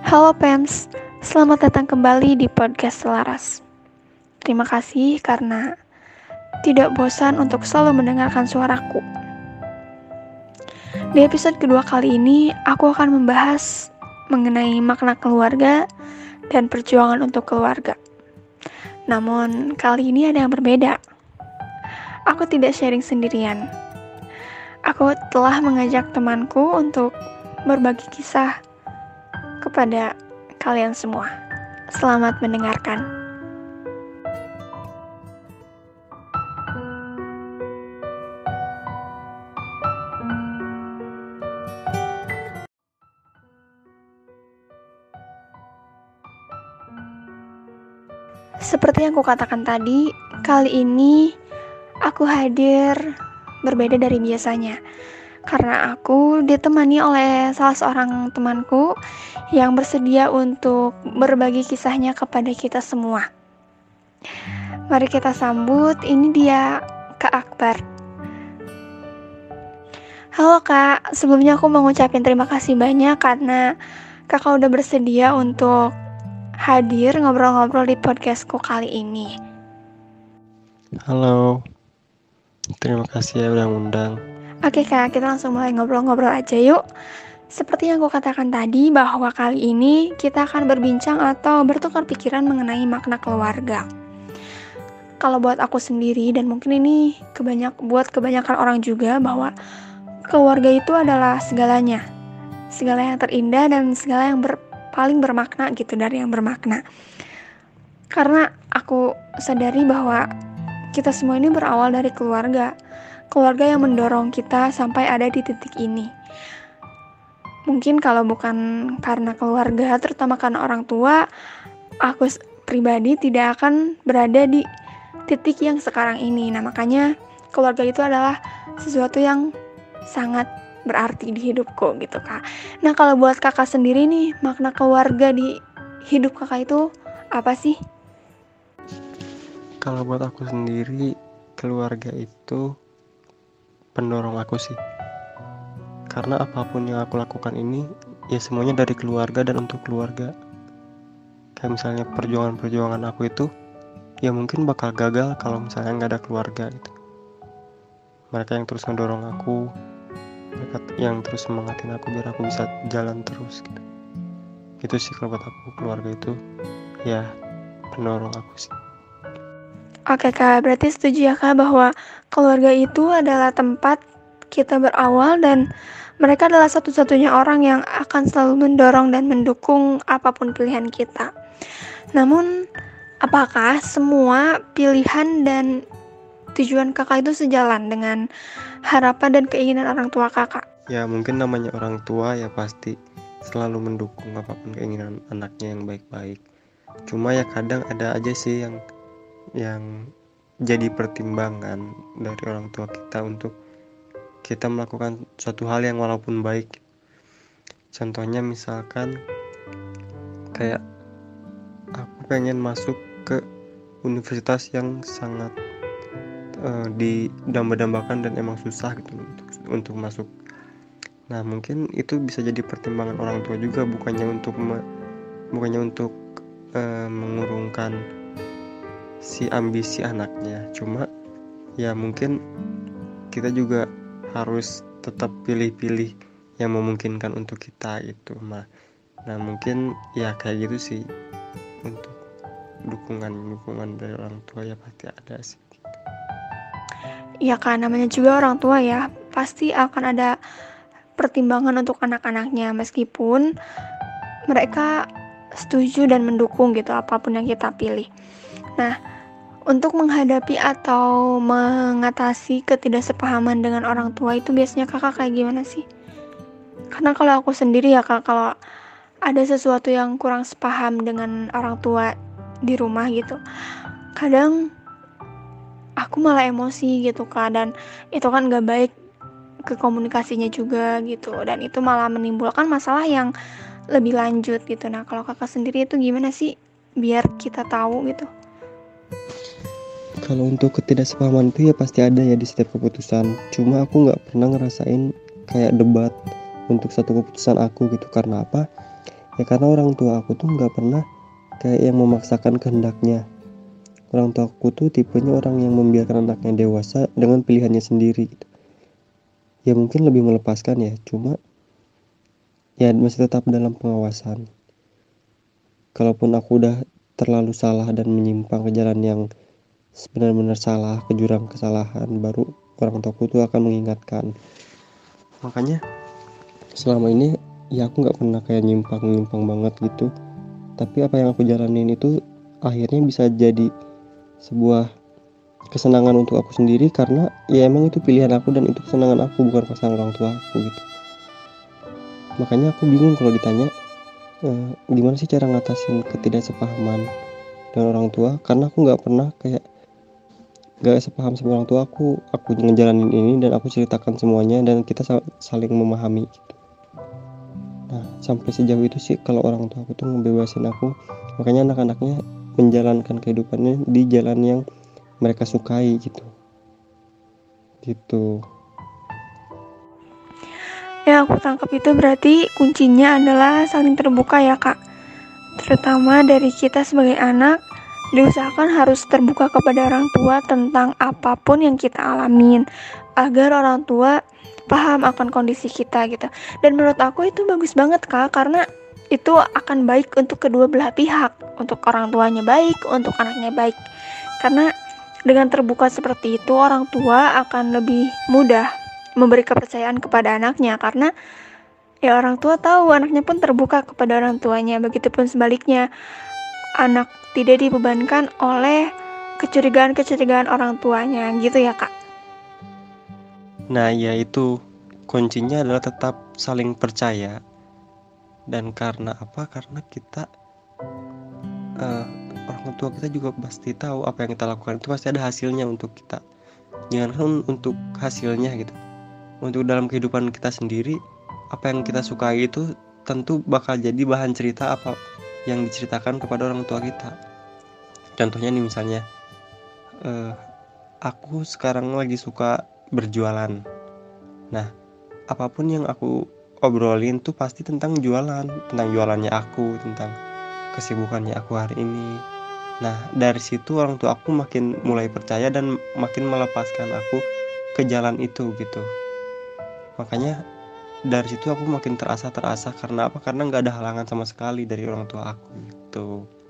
Halo Pens, selamat datang kembali di podcast Selaras. Terima kasih karena tidak bosan untuk selalu mendengarkan suaraku. Di episode kedua kali ini, aku akan membahas mengenai makna keluarga dan perjuangan untuk keluarga. Namun, kali ini ada yang berbeda. Aku tidak sharing sendirian. Aku telah mengajak temanku untuk berbagi kisah kepada kalian semua. Selamat mendengarkan. Seperti yang kukatakan tadi, kali ini aku hadir berbeda dari biasanya. Karena aku ditemani oleh salah seorang temanku yang bersedia untuk berbagi kisahnya kepada kita semua. Mari kita sambut, ini dia Kak Akbar. Halo Kak, sebelumnya aku mau ngucapin terima kasih banyak karena Kakak udah bersedia untuk hadir ngobrol-ngobrol di podcastku kali ini. Halo, terima kasih ya udah ngundang. Oke Kak, kita langsung mulai ngobrol-ngobrol aja yuk. Seperti yang aku katakan tadi, bahwa kali ini kita akan berbincang atau bertukar pikiran mengenai makna keluarga. Kalau buat aku sendiri, dan mungkin ini buat kebanyakan orang juga, bahwa keluarga itu adalah segalanya. Segala yang terindah dan segala yang paling bermakna gitu, dari yang bermakna. Karena aku sadari bahwa kita semua ini berawal dari keluarga. Keluarga yang mendorong kita sampai ada di titik ini. Mungkin kalau bukan karena keluarga, terutama karena orang tua, aku pribadi tidak akan berada di titik yang sekarang ini. Nah, makanya keluarga itu adalah sesuatu yang sangat berarti di hidupku gitu, Kak. Nah, kalau buat Kakak sendiri nih, makna keluarga di hidup Kakak itu apa sih? Kalau buat aku sendiri, keluarga itu pendorong aku sih. Karena apapun yang aku lakukan ini, ya semuanya dari keluarga dan untuk keluarga. Kayak misalnya perjuangan aku itu, ya mungkin bakal gagal kalau misalnya nggak ada keluarga gitu. Mereka yang terus ngedorong aku, mereka yang terus semangatin aku biar aku bisa jalan terus gitu. Itu sih kalau buat aku, keluarga itu ya pendorong aku sih. Oke Kak, berarti setuju ya Kak bahwa keluarga itu adalah tempat kita berawal dan mereka adalah satu-satunya orang yang akan selalu mendorong dan mendukung apapun pilihan kita. Namun, apakah semua pilihan dan tujuan Kakak itu sejalan dengan harapan dan keinginan orang tua Kakak? Ya mungkin namanya orang tua ya pasti selalu mendukung apapun keinginan anaknya yang baik-baik. Cuma ya kadang ada aja sih yang jadi pertimbangan dari orang tua kita untuk kita melakukan suatu hal yang walaupun baik. Contohnya misalkan kayak aku pengen masuk ke universitas yang sangat didamba-dambakan dan emang susah gitu untuk masuk. Nah mungkin itu bisa jadi pertimbangan orang tua juga, bukannya untuk mengurungkan si ambisi anaknya. Cuma ya mungkin kita juga harus tetap pilih-pilih yang memungkinkan untuk kita itu. Nah mungkin ya kayak gitu sih, untuk dukungan dari orang tua ya pasti ada sih. Ya kan, namanya juga orang tua ya, pasti akan ada pertimbangan untuk anak-anaknya meskipun mereka setuju dan mendukung gitu apapun yang kita pilih. Nah, untuk menghadapi atau mengatasi ketidaksepahaman dengan orang tua itu biasanya Kakak kayak gimana sih? Karena kalau aku sendiri ya Kak, kalau ada sesuatu yang kurang sepaham dengan orang tua di rumah gitu, kadang aku malah emosi gitu Kak, dan itu kan gak baik ke komunikasinya juga gitu, dan itu malah menimbulkan masalah yang lebih lanjut gitu. Nah, kalau Kakak sendiri itu gimana sih biar kita tahu gitu? Kalau untuk ketidaksepahaman itu ya pasti ada ya di setiap keputusan. Cuma aku nggak pernah ngerasain kayak debat untuk satu keputusan aku gitu. Karena apa? Ya karena orang tua aku tuh nggak pernah kayak yang memaksakan kehendaknya. Orang tua aku tuh tipenya orang yang membiarkan anaknya dewasa dengan pilihannya sendiri gitu. Ya mungkin lebih melepaskan ya, cuma ya masih tetap dalam pengawasan. Kalaupun aku udah terlalu salah dan menyimpang ke jalan yang benar-benar salah, ke jurang kesalahan, baru orang tuaku tuh akan mengingatkan. Makanya selama ini ya aku nggak pernah kayak nyimpang banget gitu, tapi apa yang aku jalanin itu akhirnya bisa jadi sebuah kesenangan untuk aku sendiri, karena ya emang itu pilihan aku dan itu kesenangan aku, bukan pasangan orang tua aku gitu. Makanya aku bingung kalau ditanya gimana sih cara ngatasin ketidaksepahaman dengan orang tua, karena aku nggak pernah kayak gak sepaham sama orang tua aku ngejalanin ini dan aku ceritakan semuanya dan kita saling memahami gitu. Nah sampai sejauh itu sih kalau orang tua aku tuh ngebebasin aku, makanya anak-anaknya menjalankan kehidupannya di jalan yang mereka sukai gitu. Ya, aku tangkap itu berarti kuncinya adalah saling terbuka ya, Kak. Terutama dari kita sebagai anak, diusahakan harus terbuka kepada orang tua tentang apapun yang kita alamin, agar orang tua paham akan kondisi kita gitu. Dan menurut aku itu bagus banget, Kak, karena itu akan baik untuk kedua belah pihak, untuk orang tuanya baik, untuk anaknya baik. Karena dengan terbuka seperti itu, orang tua akan lebih mudah memberi kepercayaan kepada anaknya, karena ya orang tua tahu anaknya pun terbuka kepada orang tuanya. Begitupun sebaliknya, anak tidak dibebankan oleh kecurigaan-kecurigaan orang tuanya gitu ya, Kak. Nah ya itu kuncinya adalah tetap saling percaya. Dan karena apa? Karena kita orang tua kita juga pasti tahu apa yang kita lakukan itu pasti ada hasilnya untuk kita. Jangankan untuk hasilnya gitu, untuk dalam kehidupan kita sendiri, apa yang kita sukai itu tentu bakal jadi bahan cerita apa yang diceritakan kepada orang tua kita. Contohnya nih misalnya aku sekarang lagi suka berjualan. Nah apapun yang aku obrolin tuh pasti tentang jualan, tentang jualannya aku, tentang kesibukannya aku hari ini. Nah dari situ orang tua aku makin mulai percaya dan makin melepaskan aku ke jalan itu gitu. Makanya dari situ aku makin terasa karena apa? Karena nggak ada halangan sama sekali dari orang tua aku gitu.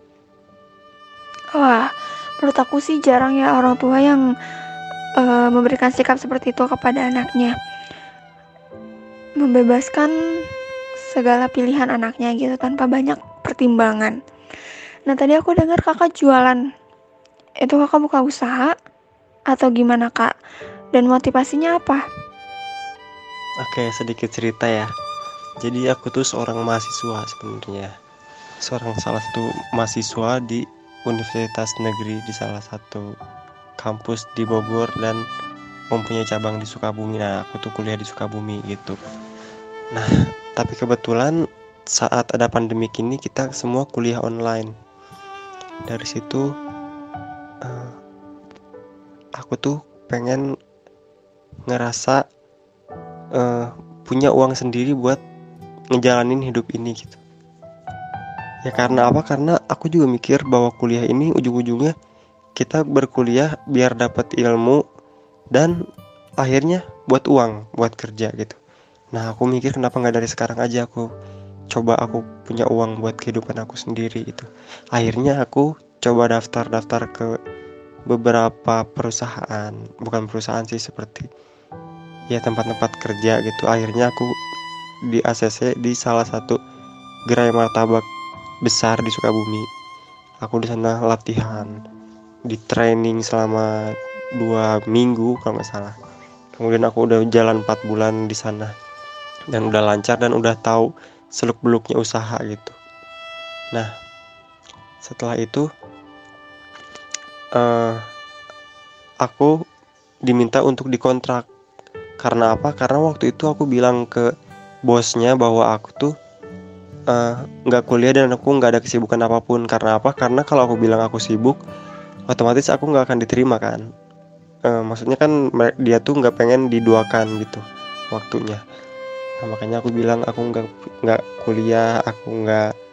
Wah, menurut aku sih jarang ya orang tua yang memberikan sikap seperti itu kepada anaknya, membebaskan segala pilihan anaknya gitu tanpa banyak pertimbangan. Nah, tadi aku dengar kakak jualan. Itu kakak buka usaha atau gimana, Kak? Dan motivasinya apa? Oke, sedikit cerita ya. Jadi aku tuh seorang mahasiswa sebenarnya. Salah satu mahasiswa di Universitas Negeri di salah satu kampus di Bogor dan mempunyai cabang di Sukabumi. Nah, aku tuh kuliah di Sukabumi gitu. Nah, tapi kebetulan saat ada pandemi ini kita semua kuliah online. Dari situ aku tuh pengen ngerasa punya uang sendiri buat ngejalanin hidup ini gitu. Ya karena apa? Karena aku juga mikir bahwa kuliah ini ujung-ujungnya kita berkuliah biar dapat ilmu dan akhirnya buat uang, buat kerja gitu. Nah aku mikir kenapa nggak dari sekarang aja aku punya uang buat kehidupan aku sendiri gitu. Akhirnya aku coba daftar ke beberapa perusahaan, bukan perusahaan sih, seperti ya tempat-tempat kerja gitu. Akhirnya aku di ACC di salah satu gerai martabak besar di Sukabumi. Aku di sana latihan, di training selama 2 minggu kalau nggak salah. Kemudian aku udah jalan 4 bulan di sana dan udah lancar dan udah tahu seluk beluknya usaha gitu. Nah setelah itu aku diminta untuk dikontrak. Karena apa? Karena waktu itu aku bilang ke bosnya bahwa aku tuh nggak kuliah dan aku nggak ada kesibukan apapun. Karena apa? Karena kalau aku bilang aku sibuk, otomatis aku nggak akan diterima kan. Maksudnya kan dia tuh nggak pengen diduakan gitu waktunya. Nah, makanya aku bilang aku nggak kuliah, aku nggak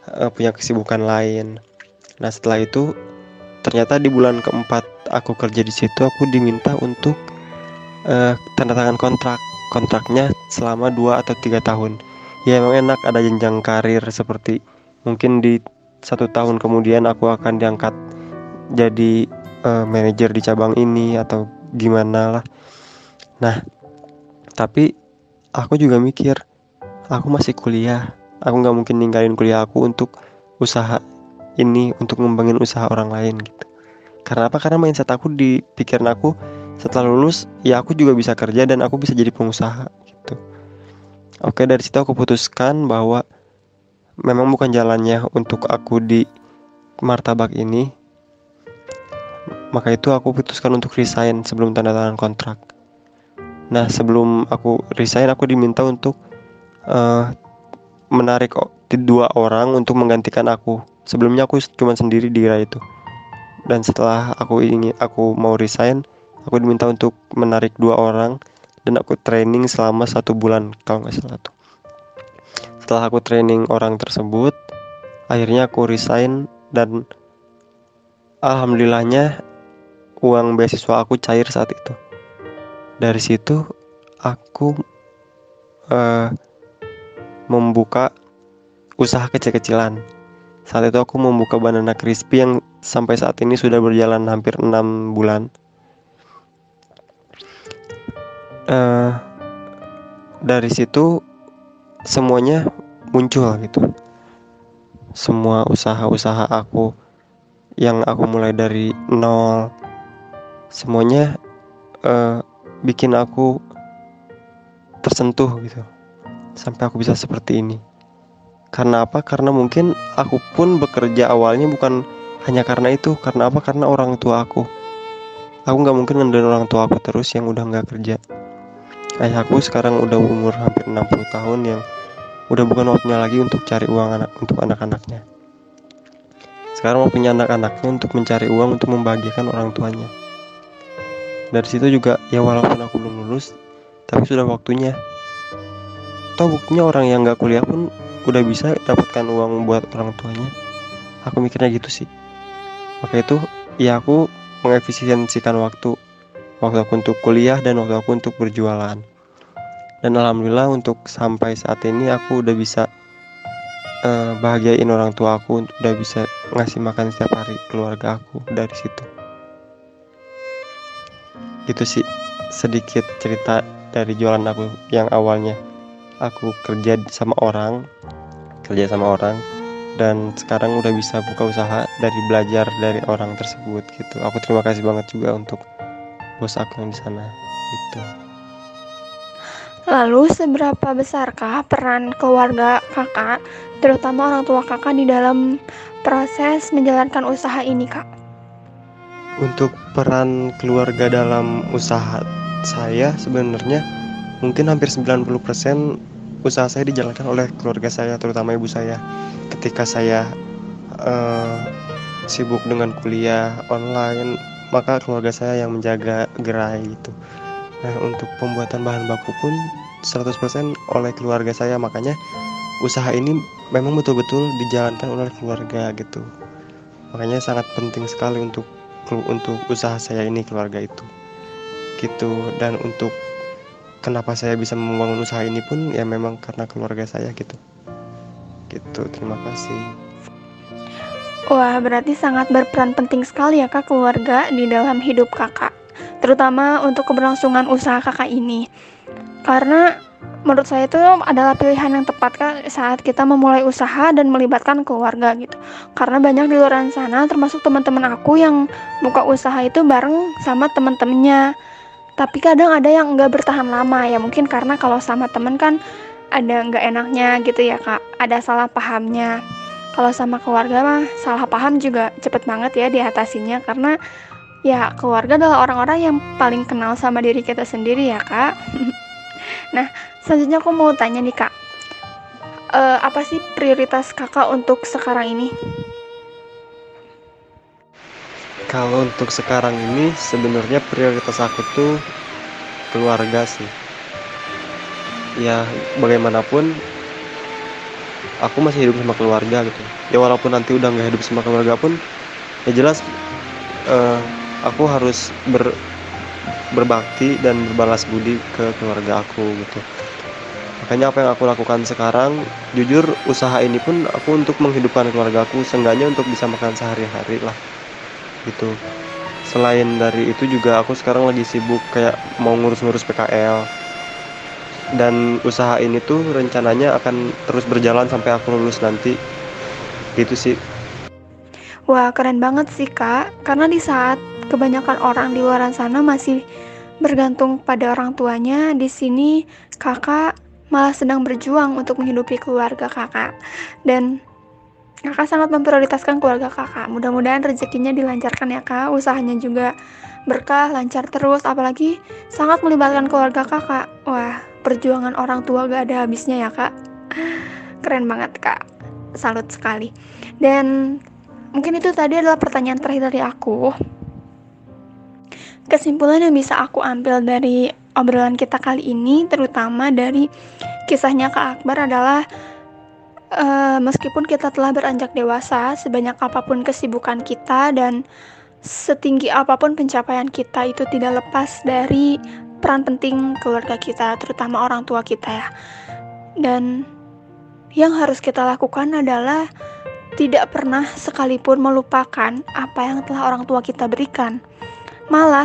punya kesibukan lain. Nah setelah itu ternyata di bulan keempat aku kerja di situ aku diminta untuk tanda tangan kontraknya selama 2 atau 3 tahun. Ya emang enak, ada jenjang karir, seperti mungkin di 1 tahun kemudian aku akan diangkat jadi manajer di cabang ini atau gimana lah. Nah tapi aku juga mikir, aku masih kuliah, aku nggak mungkin ninggalin kuliah aku untuk usaha ini, untuk ngembangin usaha orang lain gitu. Karena apa? Karena mindset aku, di pikiran aku, setelah lulus ya aku juga bisa kerja dan aku bisa jadi pengusaha gitu. Oke, dari situ aku putuskan bahwa memang bukan jalannya untuk aku di martabak ini. Maka itu aku putuskan untuk resign sebelum tanda tangan kontrak. Nah sebelum aku resign aku diminta untuk menarik 2 orang untuk menggantikan aku. Sebelumnya aku cuma sendiri di gerai itu. Dan setelah aku mau resign, aku diminta untuk menarik 2 orang dan aku training selama 1 bulan kalau nggak salah tuh. Setelah aku training orang tersebut, akhirnya aku resign dan alhamdulillahnya uang beasiswa aku cair saat itu. Dari situ aku membuka usaha kecil-kecilan. Saat itu aku membuka Banana Crispy yang sampai saat ini sudah berjalan hampir 6 bulan. Dari situ semuanya muncul gitu. Semua usaha-usaha aku yang aku mulai dari nol, semuanya bikin aku tersentuh gitu. Sampai aku bisa seperti ini. Karena apa? Karena mungkin aku pun bekerja awalnya bukan hanya karena itu. Karena apa? Karena orang tua aku. Aku gak mungkin ngandelin orang tua aku terus yang udah gak kerja. Ayah aku sekarang udah umur hampir 60 tahun yang udah bukan waktunya lagi untuk cari uang untuk anak-anaknya. Sekarang waktunya anak-anaknya untuk mencari uang untuk membahagiakan orang tuanya. Dari situ juga ya walaupun aku belum lulus, tapi sudah waktunya. Toh buktinya orang yang gak kuliah pun udah bisa dapatkan uang buat orang tuanya. Aku mikirnya gitu sih. Maka itu ya aku mengefisiensikan waktu aku untuk kuliah dan waktu aku untuk berjualan. Dan alhamdulillah untuk sampai saat ini aku udah bisa bahagiain orang tua aku, udah bisa ngasih makan setiap hari keluarga aku dari situ. Gitu sih sedikit cerita dari jualan aku yang awalnya aku kerja sama orang dan sekarang udah bisa buka usaha dari belajar dari orang tersebut gitu. Aku terima kasih banget juga untuk bos aku yang di sana gitu. Lalu seberapa besarkah peran keluarga kakak, terutama orang tua kakak di dalam proses menjalankan usaha ini, Kak? Untuk peran keluarga dalam usaha saya sebenarnya mungkin hampir 90% usaha saya dijalankan oleh keluarga saya, terutama ibu saya. Ketika saya sibuk dengan kuliah online, maka keluarga saya yang menjaga gerai gitu. Nah untuk pembuatan bahan baku pun 100% oleh keluarga saya. Makanya usaha ini memang betul-betul dijalankan oleh keluarga gitu. Makanya sangat penting sekali untuk usaha saya ini keluarga itu gitu. Dan untuk kenapa saya bisa membangun usaha ini pun ya memang karena keluarga saya gitu. Terima kasih. Wah, berarti sangat berperan penting sekali ya, Kak, keluarga di dalam hidup kakak, terutama untuk keberlangsungan usaha kakak ini. Karena menurut saya itu adalah pilihan yang tepat, Kak, saat kita memulai usaha dan melibatkan keluarga gitu. Karena banyak di luar sana, termasuk teman-teman aku yang buka usaha itu bareng sama teman-temannya. Tapi kadang ada yang nggak bertahan lama ya, mungkin karena kalau sama temen kan ada nggak enaknya gitu ya, Kak. Ada salah pahamnya. Kalau sama keluarga mah salah paham juga cepet banget ya diatasinya, karena ya keluarga adalah orang-orang yang paling kenal sama diri kita sendiri ya, Kak. Nah, selanjutnya aku mau tanya nih, Kak. Apa sih prioritas kakak untuk sekarang ini? Kalau untuk sekarang ini sebenarnya prioritas aku tuh keluarga sih. Ya bagaimanapun aku masih hidup sama keluarga gitu. Ya walaupun nanti udah nggak hidup sama keluarga pun, ya jelas aku harus berbakti dan berbalas budi ke keluarga aku gitu. Makanya apa yang aku lakukan sekarang, jujur usaha ini pun aku untuk menghidupkan keluarga aku, seenggaknya untuk bisa makan sehari-hari lah gitu. Selain dari itu juga aku sekarang lagi sibuk kayak mau ngurus-ngurus PKL. Dan usaha ini tuh rencananya akan terus berjalan sampai aku lulus nanti. Gitu sih. Wah, keren banget sih Kak, karena di saat kebanyakan orang di luar sana masih bergantung pada orang tuanya, di sini Kakak malah sedang berjuang untuk menghidupi keluarga Kakak. Dan Kakak sangat memprioritaskan keluarga Kakak. Mudah-mudahan rezekinya dilancarkan ya Kak, usahanya juga berkah, lancar terus, apalagi sangat melibatkan keluarga Kakak. Wah, perjuangan orang tua gak ada habisnya ya Kak. Keren banget Kak, salut sekali. Dan mungkin itu tadi adalah pertanyaan terakhir dari aku. Kesimpulan yang bisa aku ambil dari obrolan kita kali ini, terutama dari kisahnya Kak Akbar adalah meskipun kita telah beranjak dewasa, sebanyak apapun kesibukan kita dan setinggi apapun pencapaian kita, itu tidak lepas dari peran penting keluarga kita, terutama orang tua kita ya. Dan yang harus kita lakukan adalah tidak pernah sekalipun melupakan apa yang telah orang tua kita berikan. Malah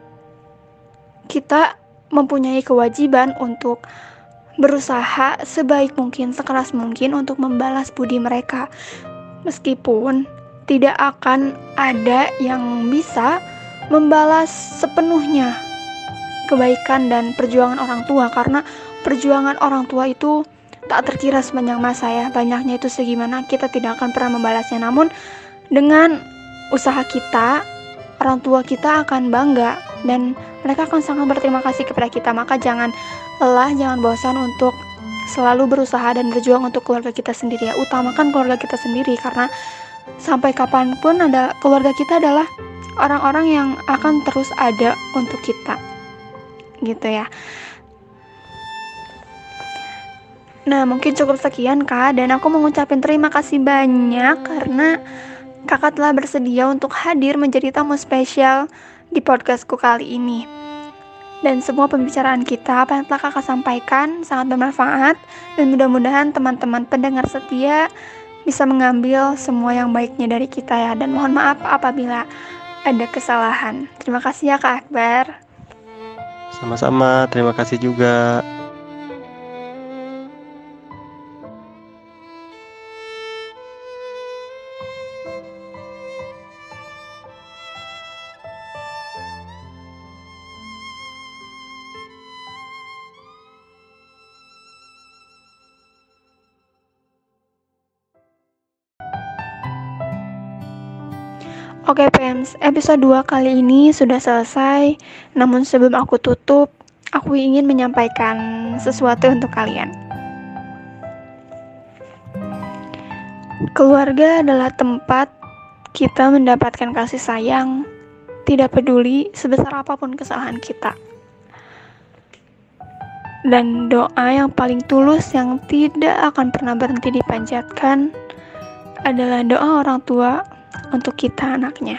kita mempunyai kewajiban untuk berusaha sebaik mungkin, sekeras mungkin untuk membalas budi mereka. Meskipun tidak akan ada yang bisa membalas sepenuhnya kebaikan dan perjuangan orang tua, karena perjuangan orang tua itu tak terkira sepanjang masa ya. Banyaknya itu segimana kita tidak akan pernah membalasnya. Namun dengan usaha kita, orang tua kita akan bangga dan mereka akan sangat berterima kasih kepada kita. Maka jangan lelah, jangan bosan untuk selalu berusaha dan berjuang untuk keluarga kita sendiri ya. Utamakan keluarga kita sendiri, karena sampai kapanpun keluarga kita adalah orang-orang yang akan terus ada untuk kita gitu ya. Nah, mungkin cukup sekian Kak, dan aku mengucapkan terima kasih banyak karena Kakak telah bersedia untuk hadir menjadi tamu spesial di podcastku kali ini. Dan semua pembicaraan kita, apa yang telah Kakak sampaikan sangat bermanfaat, dan mudah-mudahan teman-teman pendengar setia bisa mengambil semua yang baiknya dari kita ya. Dan mohon maaf apabila ada kesalahan. Terima kasih ya Kak Akbar. Sama-sama, terima kasih juga. Oke Pems, episode 2 kali ini sudah selesai. Namun sebelum aku tutup, aku ingin menyampaikan sesuatu untuk kalian. Keluarga adalah tempat kita mendapatkan kasih sayang, tidak peduli sebesar apapun kesalahan kita. Dan doa yang paling tulus yang tidak akan pernah berhenti dipanjatkan adalah doa orang tua untuk kita anaknya.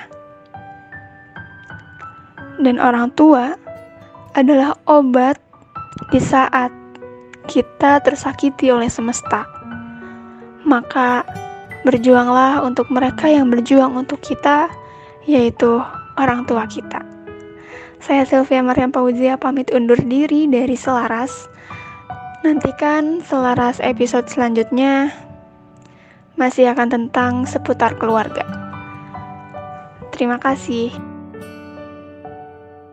Dan orang tua adalah obat di saat kita tersakiti oleh semesta. Maka berjuanglah untuk mereka yang berjuang untuk kita, yaitu orang tua kita. Saya Sylvia Mariam Fauzia pamit undur diri dari Selaras. Nantikan Selaras episode selanjutnya masih akan tentang seputar keluarga. Terima kasih.